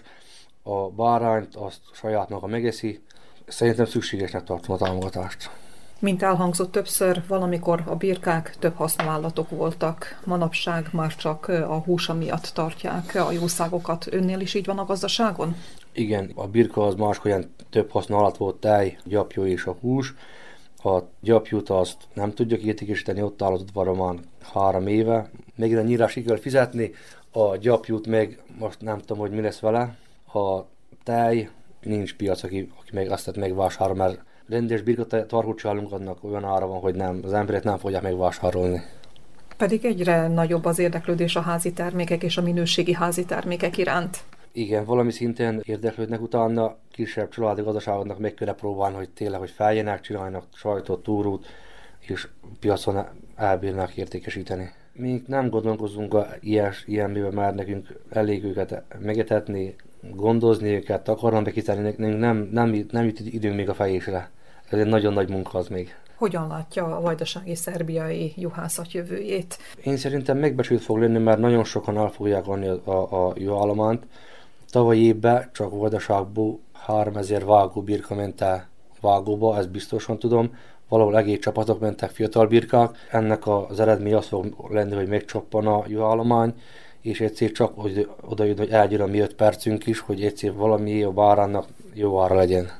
F: a bárányt azt saját maga megeszi, szerintem szükségesnek tartom a támogatást.
B: Mint elhangzott többször, valamikor a birkák több használatok voltak, manapság már csak a húsa miatt tartják a jószágokat. Önnél is így van a gazdaságon?
F: Igen, a birka az máskor több használat volt, tej, gyapjú és a hús. A gyapjút azt nem tudjuk értékesíteni, ott állott varomán 3 éve. Még a nyírásig kell fizetni, a gyapjút meg most nem tudom, hogy mi lesz vele. A tej, nincs piac, aki meg azt megvásárol, mert rendes birka tarhót csinálunk, annak olyan ára van, hogy az emberek nem fogják megvásárolni.
B: Pedig egyre nagyobb az érdeklődés a házi termékek és a minőségi házi termékek iránt.
F: Igen, valami szinten érdeklődnek utána, kisebb családi gazdaságoknak meg kell próbálni, hogy tényleg, hogy feljenek, csinálnak sajtot, túrút, és piacon elbírnak értékesíteni. Mi nem gondolkozunk ilyenben, mert nekünk elég őket megetetni, gondozni őket, takarnám bekitenni, nem jut időnk még a fejésre. Ez egy nagyon nagy munka az még.
B: Hogyan látja a vajdasági szerbiai juhászat jövőjét?
F: Én szerintem megbecsült fog lenni, mert nagyon sokan el fogják venni a juhállományt. Tavaly évben csak Vajdaságból 3000 vágó birka ment el vágóba, ezt biztosan tudom. Valahol egész csapatok mentek, fiatal birkák. Ennek az eredmény az fog lenni, hogy megcsappan a juhállomány, és egyszer csak oda jön, hogy elgyűr a mi 5 percünk is, hogy egyszer valami a báránnak jó ára legyen.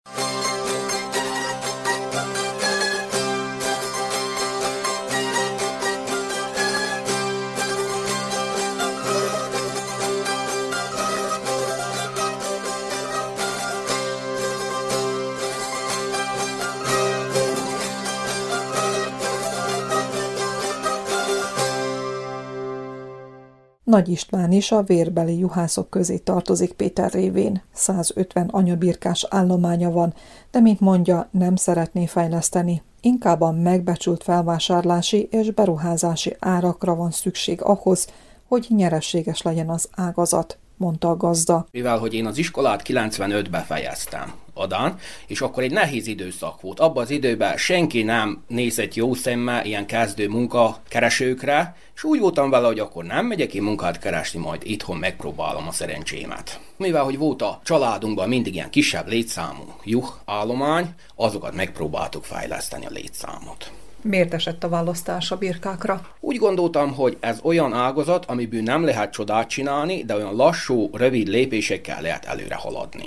B: Nagy István is a vérbeli juhászok közé tartozik Péter révén. 150 anyabirkás állománya van, de mint mondja, nem szeretné fejleszteni. Inkább a megbecsült felvásárlási és beruházási árakra van szükség ahhoz, hogy nyereséges legyen az ágazat, mondta a gazda.
G: Mivel, hogy én az iskolát 95-ben fejeztem Adán, és akkor egy nehéz időszak volt. Abban az időben senki nem nézett jó szemmel ilyen kezdő munkakeresőkre, és úgy voltam vele, hogy akkor nem megyek én munkát keresni, majd itthon megpróbálom a szerencsémet. Mivel, hogy volt a családunkban mindig ilyen kisebb létszámú juhállomány, azokat megpróbáltuk fejleszteni a létszámot.
B: Miért esett a választás a birkákra?
G: Úgy gondoltam, hogy ez olyan ágazat, amiből nem lehet csodát csinálni, de olyan lassú, rövid lépésekkel lehet előre haladni.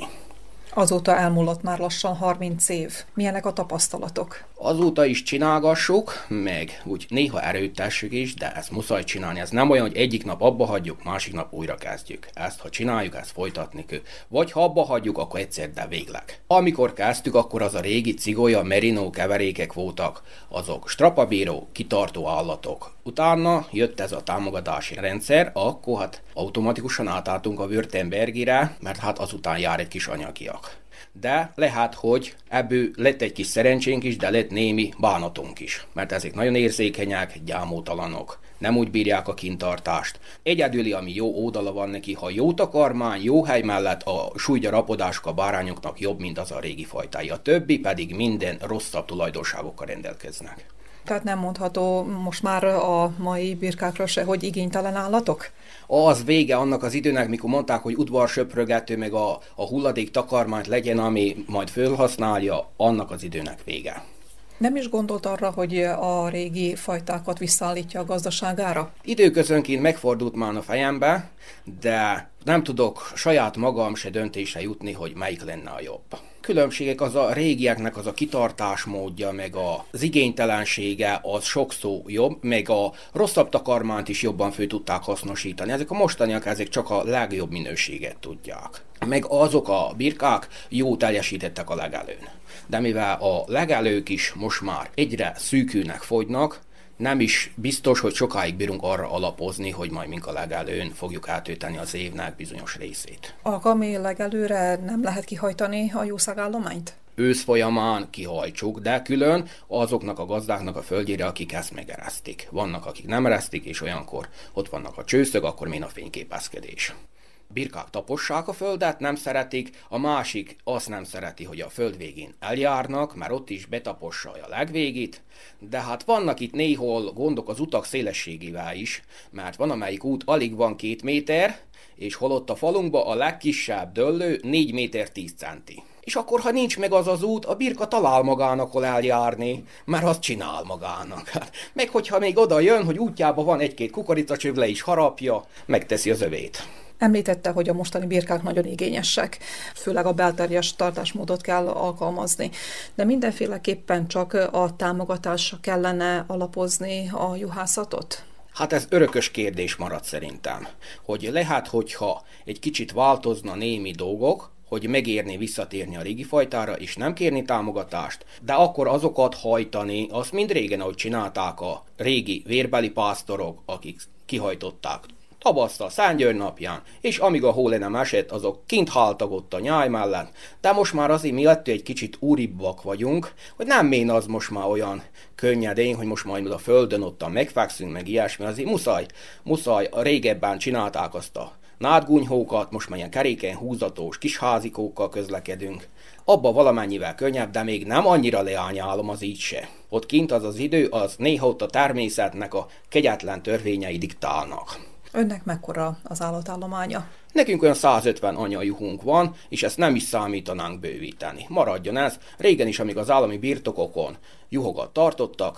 B: Azóta elmúlott már lassan 30 év. Milyenek a tapasztalatok?
G: Azóta is csinálgassuk, meg úgy néha erőtessük is, de ezt muszáj csinálni. Ez nem olyan, hogy egyik nap abba hagyjuk, másik nap újra kezdjük. Ezt, ha csináljuk, ezt folytatni kell. Vagy ha abba hagyjuk, akkor egyszer, de végleg. Amikor kezdtük, akkor az a régi cigolya, merino keverékek voltak, azok strapabíró, kitartó állatok. Utána jött ez a támogatási rendszer, akkor hát automatikusan átálltunk a Württembergire, mert hát azután jár egy kis anyagiak. De lehet, hogy ebből lett egy kis szerencsénk is, de lett némi bánatunk is, mert ezek nagyon érzékenyek, gyámótalanok, nem úgy bírják a kintartást. Egyedüli, ami jó oldala van neki, ha jó takarmány, jó hely mellett a súlygyar rapodások a bárányoknak jobb, mint az a régi fajtái. A többi pedig minden rosszabb tulajdonságokkal rendelkeznek.
B: Tehát nem mondható most már a mai birkákra se, hogy igénytelen állatok?
G: Az vége annak az időnek, mikor mondták, hogy udvarsöprögető, meg a hulladék takarmányt legyen, ami majd felhasználja, annak az időnek vége.
B: Nem is gondolt arra, hogy a régi fajtákat visszaállítja a gazdaságára?
G: Időközönként megfordult már a fejembe, de nem tudok saját magam se döntésre jutni, hogy melyik lenne a jobb. Különbségek az a régieknek az a kitartásmódja, meg az igénytelensége az sokszor jobb, meg a rosszabb takarmányt is jobban föl tudták hasznosítani. Ezek a mostaniak, ezek csak a legjobb minőséget tudják. Meg azok a birkák jó teljesítettek a legelőn. De mivel a legelők is most már egyre szűkülnek fogynak, nem is biztos, hogy sokáig bírunk arra alapozni, hogy majd mink a legelőn fogjuk átölteni az évnek bizonyos részét.
B: A kamé legelőre nem lehet kihajtani a jószágállományt?
G: Ősz folyamán kihajtsuk, de külön azoknak a gazdáknak a földjére, akik ezt megeresztik. Vannak, akik nem eresztik, és olyankor ott vannak a csőszög, akkor még a fényképezkedés. Birkák tapossák a földet, nem szeretik, a másik azt nem szereti, hogy a föld végén eljárnak, mert ott is betapossa a legvégét, de hát vannak itt néhol gondok az utak szélességével is, mert van amelyik út alig van 2 méter, és holott a falunkba a legkisebb döllő 4 méter 10 centi. És akkor, ha nincs meg az az út, a birka talál magának hol eljárni, mert azt csinál magának. Meg hogyha még oda jön, hogy útjában van 1-2 kukoricacsöv, le is harapja, megteszi az övét.
B: Említette, hogy a mostani birkák nagyon igényesek, főleg a belterjes tartásmódot kell alkalmazni. De mindenféleképpen csak a támogatásra kellene alapozni a juhászatot?
G: Hát ez örökös kérdés marad szerintem, hogy lehet, hogyha egy kicsit változna némi dolgok, hogy megérni visszatérni a régi fajtára, és nem kérni támogatást, de akkor azokat hajtani, azt mind régen, ahogy csinálták a régi vérbeli pásztorok, akik kihajtották tavasszal, Szentgyörgy napján, és amíg a hó le nem esett, azok kint haltak ott a nyáj mellett, de most már azért mi ettől egy kicsit úribbak vagyunk, hogy nem mén az most már olyan könnyedén, hogy most majd a földön ottan megfekszünk, meg ilyesmi, azért muszáj, a régebben csinálták azt a nádgúnyhókat, most már ilyen keréken húzatos kis házikókkal közlekedünk. Abba valamennyivel könnyebb, de még nem annyira leányálom az így se. Ott kint az az idő, az néha ott a természetnek a kegyetlen törvényei diktálnak.
B: Önnek mekkora az állatállománya?
G: Nekünk olyan 150 anyajuhunk van, és ezt nem is számítanánk bővíteni. Maradjon ez. Régen is, amíg az állami birtokokon juhokat tartottak,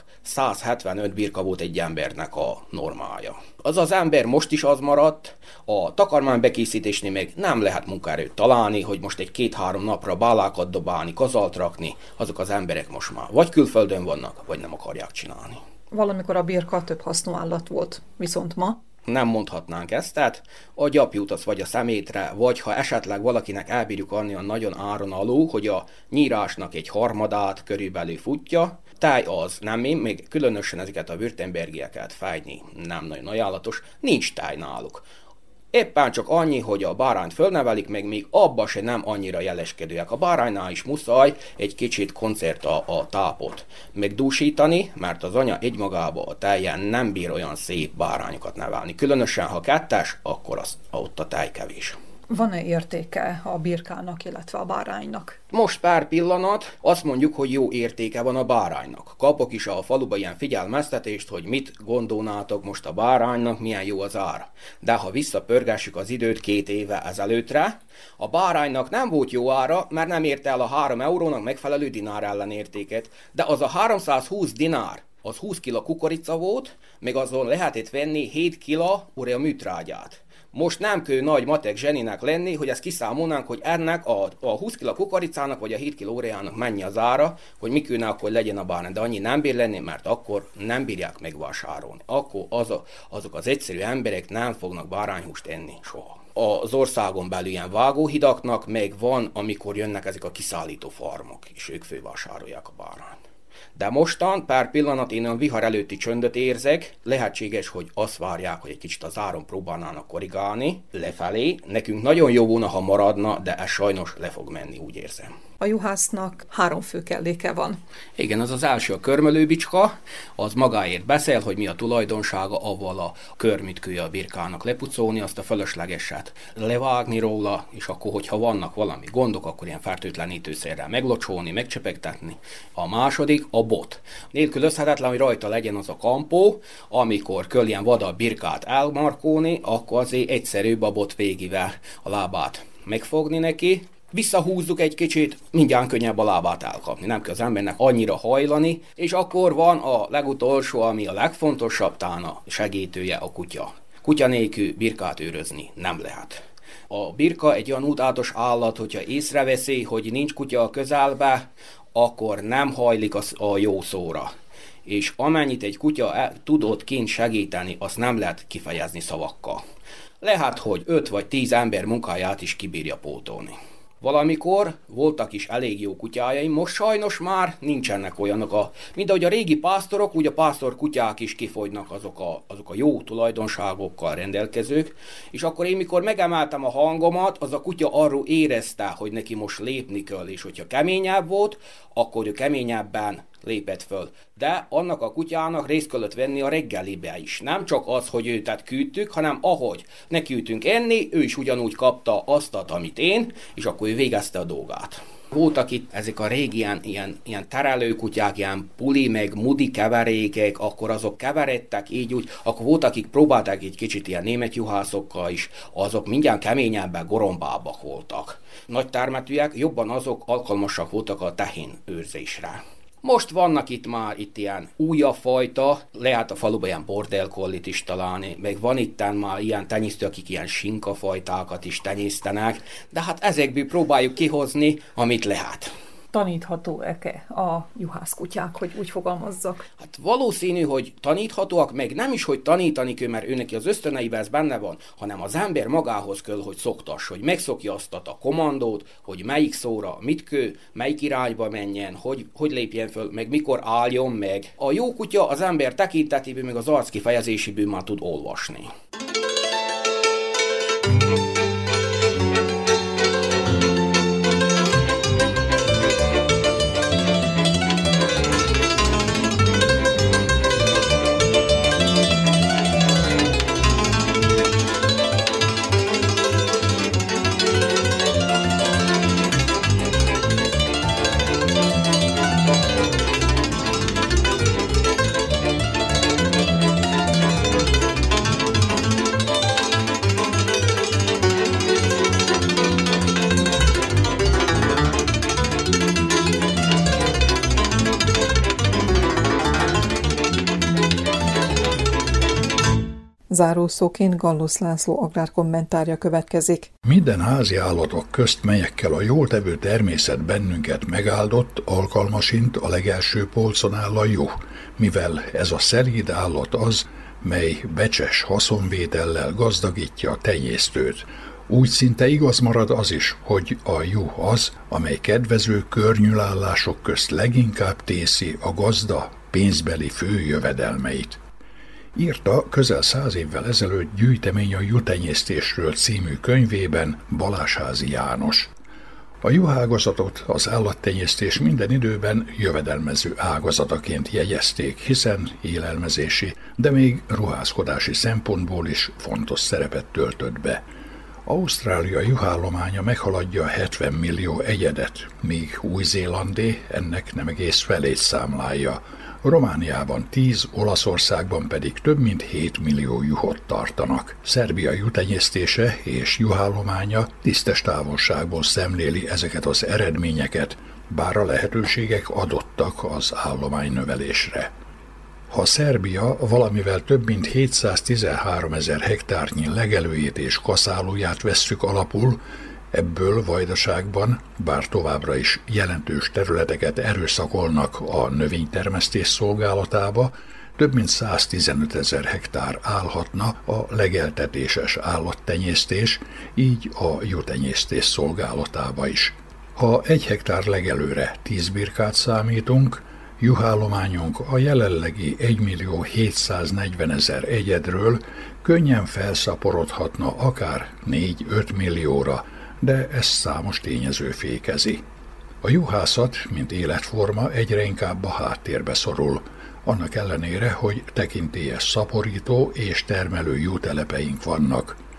G: 175 birka volt egy embernek a normája. Az az ember most is az maradt, a takarmány bekészítésnél meg nem lehet munkaerőt találni, hogy most egy 2-3 napra bálákat dobálni, kazalt rakni, azok az emberek most már vagy külföldön vannak, vagy nem akarják csinálni.
B: Valamikor a birka több hasznú állat volt, viszont ma?
G: Nem mondhatnánk ezt, tehát a gyapjút az vagy a szemétre, vagy ha esetleg valakinek elbírjuk adni a nagyon áron alul, hogy a nyírásnak egy harmadát körülbelül futja, táj az nem én, még különösen ezeket a württembergieket fájni nem nagyon ajánlatos, nincs táj náluk. Éppen csak annyi, hogy a bárányt fölnevelik, meg még abba se nem annyira jeleskedőek. A báránynál is muszáj egy kicsit koncert a tápot megdúsítani, mert az anya egymagába a tejen nem bír olyan szép bárányokat nevelni. Különösen, ha 2, akkor ott a tej kevés.
B: Van-e értéke a birkának, illetve a báránynak?
G: Most pár pillanat azt mondjuk, hogy jó értéke van a báránynak. Kapok is a faluba ilyen figyelmeztetést, hogy mit gondolnátok most a báránynak, milyen jó az ára. De ha visszapörgessük az időt 2 éve ezelőttre, a báránynak nem volt jó ára, mert nem érte el a 3 eurónak megfelelő dinár ellenértéket. De az a 320 dinár, az 20 kg kukorica volt, meg azon lehetett venni 7 kg urea műtrágyát. Most nem kell nagy matek zseninek lenni, hogy ezt kiszámolnánk, hogy ennek a 20 kg kukoricának vagy a 7 kg óreának mennyi az ára, hogy mi kellene akkor legyen a bárány. De annyi nem bír lenni, mert akkor nem bírják megvásárolni. Akkor azok az egyszerű emberek nem fognak bárányhúst enni soha. Az országon belül ilyen vágóhidaknak meg van, amikor jönnek ezek a kiszállító farmok, és ők fővásárolják a bárányt. De mostan pár pillanat én olyan vihar előtti csöndöt érzek, lehetséges, hogy azt várják, hogy egy kicsit az áron próbálnának korrigálni lefelé. Nekünk nagyon jó volna, ha maradna, de ez sajnos le fog menni, úgy érzem.
B: A juhásznak 3 fő kelléke van.
G: Igen, az első a körmölőbicska, az magáért beszél, hogy mi a tulajdonsága, avval a körmit kell a birkának lepucolni, azt a fölöslegeset levágni róla, és akkor, hogyha vannak valami gondok, akkor ilyen fertőtlenítőszerrel meglocsolni, megcsepegtetni. A második a bot. Nélkülözhetetlen, hogy rajta legyen az a kampó, amikor kell ilyen vadabb birkát elmarkolni, akkor azért egyszerűbb a bot végével a lábát megfogni neki, visszahúzzuk egy kicsit, mindjárt könnyebb a lábát elkapni, nem kell az embernek annyira hajlani, és akkor van a legutolsó, ami a legfontosabb, talán a segítője, a kutya. Kutya nélkül birkát őrözni nem lehet. A birka egy olyan útátos állat, hogyha észreveszi, hogy nincs kutya a közelbe, akkor nem hajlik a jó szóra. És amennyit egy kutya tudott kint segíteni, azt nem lehet kifejezni szavakkal. Lehet, hogy 5 vagy 10 ember munkáját is kibírja pótolni. Valamikor voltak is elég jó kutyájaim, most sajnos már nincsenek olyanok. Mint ahogy a régi pásztorok, úgy a pásztor kutyák is kifogynak azok a jó tulajdonságokkal rendelkezők, és akkor én mikor megemeltem a hangomat, az a kutya arról érezte, hogy neki most lépni kell, és hogyha keményebb volt, akkor ő keményebben lépett föl. De annak a kutyának részt kellett venni a reggelibe is. Nem csak az, hogy őt küldtük, hanem ahogy neküldtünk enni, ő is ugyanúgy kapta azt, amit én, és akkor ő végezte a dolgát. Voltak itt ezek a régi ilyen terelőkutyák, ilyen puli meg mudi keverékek, akkor azok keveredtek így úgy, akkor voltak, akik próbálták egy kicsit ilyen német juhászokkal is, azok mindjárt keményebbek, gorombábbak voltak. Nagy termetűek, jobban azok alkalmasak voltak a tehén őrzésre. Most vannak itt ilyen újabb fajta, lehet a faluban ilyen border collie-t is találni, meg van itten már ilyen tenyésztő, akik ilyen sinkafajtákat is tenyésztenek, de hát ezekből próbáljuk kihozni, amit lehet.
B: Tanítható-e a juhászkutyák, hogy úgy fogalmazzak?
G: Hát valószínű, hogy taníthatóak, meg nem is, hogy tanítani kell, mert őneki az ösztöneiben ez benne van, hanem az ember magához kell, hogy szoktass, hogy megszokja azt a kommandót, hogy melyik szóra mit kell, melyik irányba menjen, hogy lépjen föl, meg mikor álljon meg. A jó kutya az ember tekintetéből, meg az arc kifejezéséből már tud olvasni.
B: Zárószóként Gallusz László agrárkommentárja következik.
H: Minden házi állatok közt, melyekkel a jól tevő természet bennünket megáldott, alkalmasint a legelső polcon áll a juh, mivel ez a szelíd állat az, mely becses haszonvétellel gazdagítja a tenyésztőt. Úgy szinte igaz marad az is, hogy a juh az, amely kedvező környülállások közt leginkább tészi a gazda pénzbeli főjövedelmeit. Írta közel 100 évvel ezelőtt Gyűjtemény a juhtenyésztésről című könyvében Balázsházi János. A juhágazatot az állattenyésztés minden időben jövedelmező ágazataként jegyezték, hiszen élelmezési, de még ruházkodási szempontból is fontos szerepet töltött be. Ausztrália juhállománya meghaladja 70 millió egyedet, míg Új-Zélandé ennek nem egész felét számlálja. Romániában 10, Olaszországban pedig több mint 7 millió juhot tartanak. Szerbia juhtenyésztése és juhállománya tisztes távolságból szemléli ezeket az eredményeket, bár a lehetőségek adottak az állomány növelésre. Ha Szerbia valamivel több mint 713 000 hektárnyi legelőjét és kaszálóját vesszük alapul, ebből Vajdaságban, bár továbbra is jelentős területeket erőszakolnak a növénytermesztés szolgálatába, több mint 115 000 hektár állhatna a legeltetéses állattenyésztés, így a juhtenyésztés szolgálatába is. Ha 1 hektár legelőre 10 birkát számítunk, juhállományunk a jelenlegi 1 740 000 egyedről könnyen felszaporodhatna akár 4-5 millióra, de ezt számos tényező fékezi. A juhászat, mint életforma egyre inkább a háttérbe szorul, annak ellenére, hogy tekintélyes szaporító és termelő juhtelepeink vannak.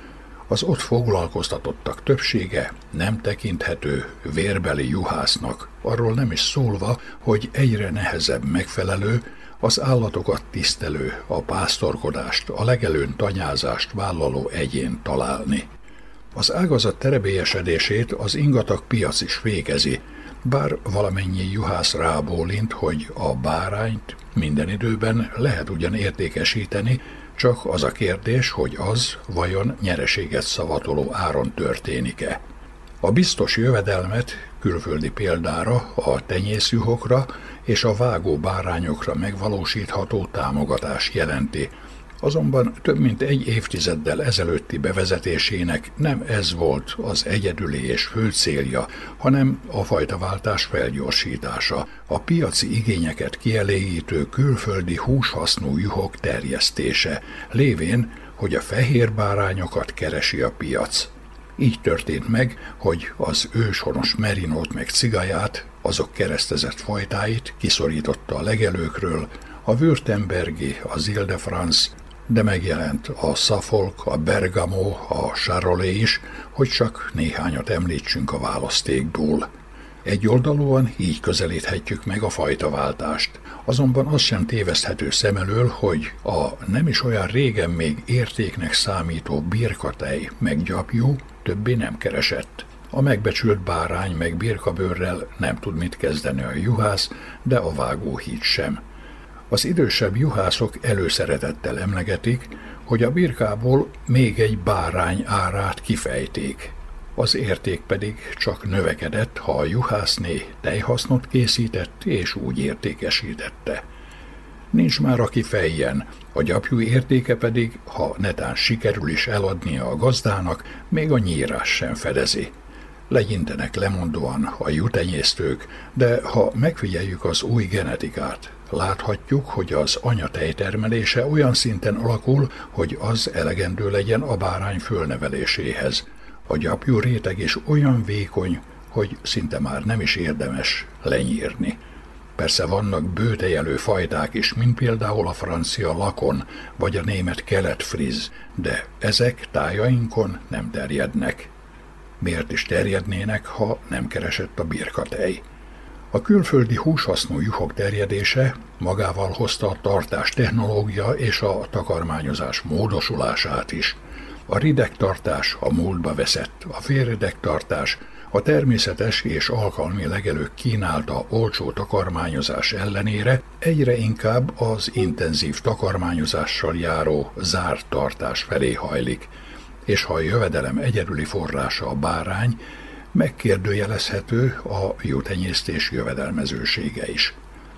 H: Az ott foglalkoztatottak többsége nem tekinthető vérbeli juhásznak, arról nem is szólva, hogy egyre nehezebb megfelelő, az állatokat tisztelő, a pásztorkodást, a legelőn tanyázást vállaló egyén találni. Az ágazat terebélyesedését az ingatag piac is végezi, bár valamennyi juhász rábólint, hogy a bárányt minden időben lehet ugyan értékesíteni, csak az a kérdés, hogy az vajon nyereséget szavatoló áron történik-e. A biztos jövedelmet külföldi példára a tenyészjuhokra és a vágó bárányokra megvalósítható támogatás jelenti. Azonban több mint egy évtizeddel ezelőtti bevezetésének nem ez volt az egyedüli és fő célja, hanem a fajtaváltás felgyorsítása, a piaci igényeket kielégítő külföldi húshasznú juhok terjesztése, lévén, hogy a fehér bárányokat keresi a piac. Így történt meg, hogy az őshonos merinót meg cigaját, azok keresztezett fajtáit kiszorította a legelőkről, a württembergi, az Ile-de-France, de megjelent a Suffolk, a Bergamo, a Charolais is, hogy csak néhányat említsünk a választékból. Egyoldalúan így közelíthetjük meg a fajtaváltást. Azonban az sem téveszthető szem elől, hogy a nem is olyan régen még értéknek számító birkatej meg gyapjú többé nem keresett. A megbecsült bárány meg birkabőrrel nem tud mit kezdeni a juhász, de a vágóhíd sem. Az idősebb juhászok előszeretettel emlegetik, hogy a birkából még egy bárány árát kifejték. Az érték pedig csak növekedett, ha a juhászné tejhasznot készített és úgy értékesítette. Nincs már aki fejjen, a gyapjú értéke pedig, ha netán sikerül is eladnia a gazdának, még a nyírás sem fedezi. Legyintenek lemondóan a juhtenyésztők, de ha megfigyeljük az új genetikát, láthatjuk, hogy az anya tejtermelése olyan szinten alakul, hogy az elegendő legyen a bárány fölneveléséhez. A gyapjú réteg is olyan vékony, hogy szinte már nem is érdemes lenyírni. Persze vannak bőtejelő fajták is, mint például a francia lakon vagy a német keletfriz, de ezek tájainkon nem terjednek. Miért is terjednének, ha nem keresett a birkatej? A külföldi húshasznú juhok terjedése magával hozta a tartás technológia és a takarmányozás módosulását is. A ridegtartás a múltba veszett, a félridegtartás a természetes és alkalmi legelők kínálta olcsó takarmányozás ellenére egyre inkább az intenzív takarmányozással járó zárt tartás felé hajlik, és ha a jövedelem egyedüli forrása a bárány, megkérdőjelezhető a juhtenyésztés jövedelmezősége is.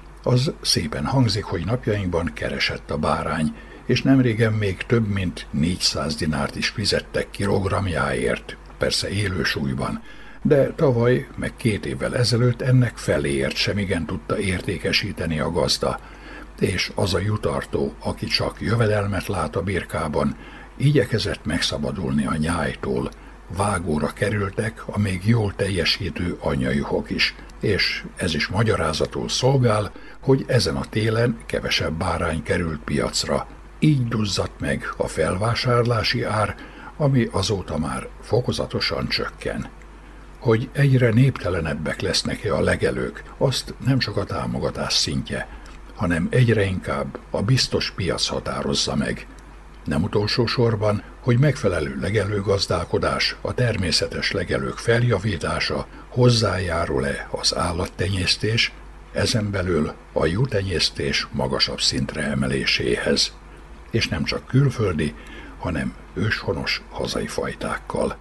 H: Az szépen hangzik, hogy napjainkban keresett a bárány, és nemrégen még több mint 400 dinárt is fizettek kilogramjáért, persze élő súlyban, de tavaly, meg 2 évvel ezelőtt ennek feléért sem igen tudta értékesíteni a gazda, és az a jutartó, aki csak jövedelmet lát a birkában, igyekezett megszabadulni a nyájtól. Vágóra kerültek a még jól teljesítő anyajuhok is, és ez is magyarázatul szolgál, hogy ezen a télen kevesebb bárány került piacra. Így duzzadt meg a felvásárlási ár, ami azóta már fokozatosan csökken. Hogy egyre néptelenebbek lesznek-e a legelők, azt nem csak a támogatás szintje, hanem egyre inkább a biztos piac határozza meg. Nem utolsó sorban, hogy megfelelő legelőgazdálkodás, a természetes legelők feljavítása hozzájárul-e az állattenyésztés, ezen belül a juhtenyésztés magasabb szintre emeléséhez. És nem csak külföldi, hanem őshonos hazai fajtákkal.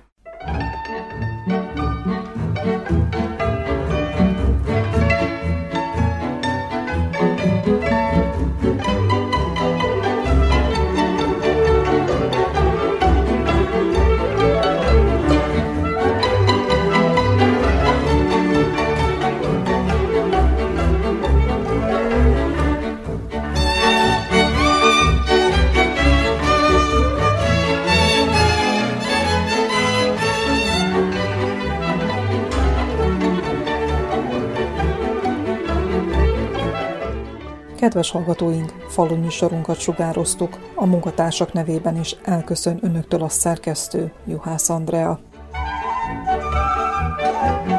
B: Kedves hallgatóink, faluműsorunkat sugároztuk, a munkatársak nevében is elköszön önöktől a szerkesztő, Juhász Andrea.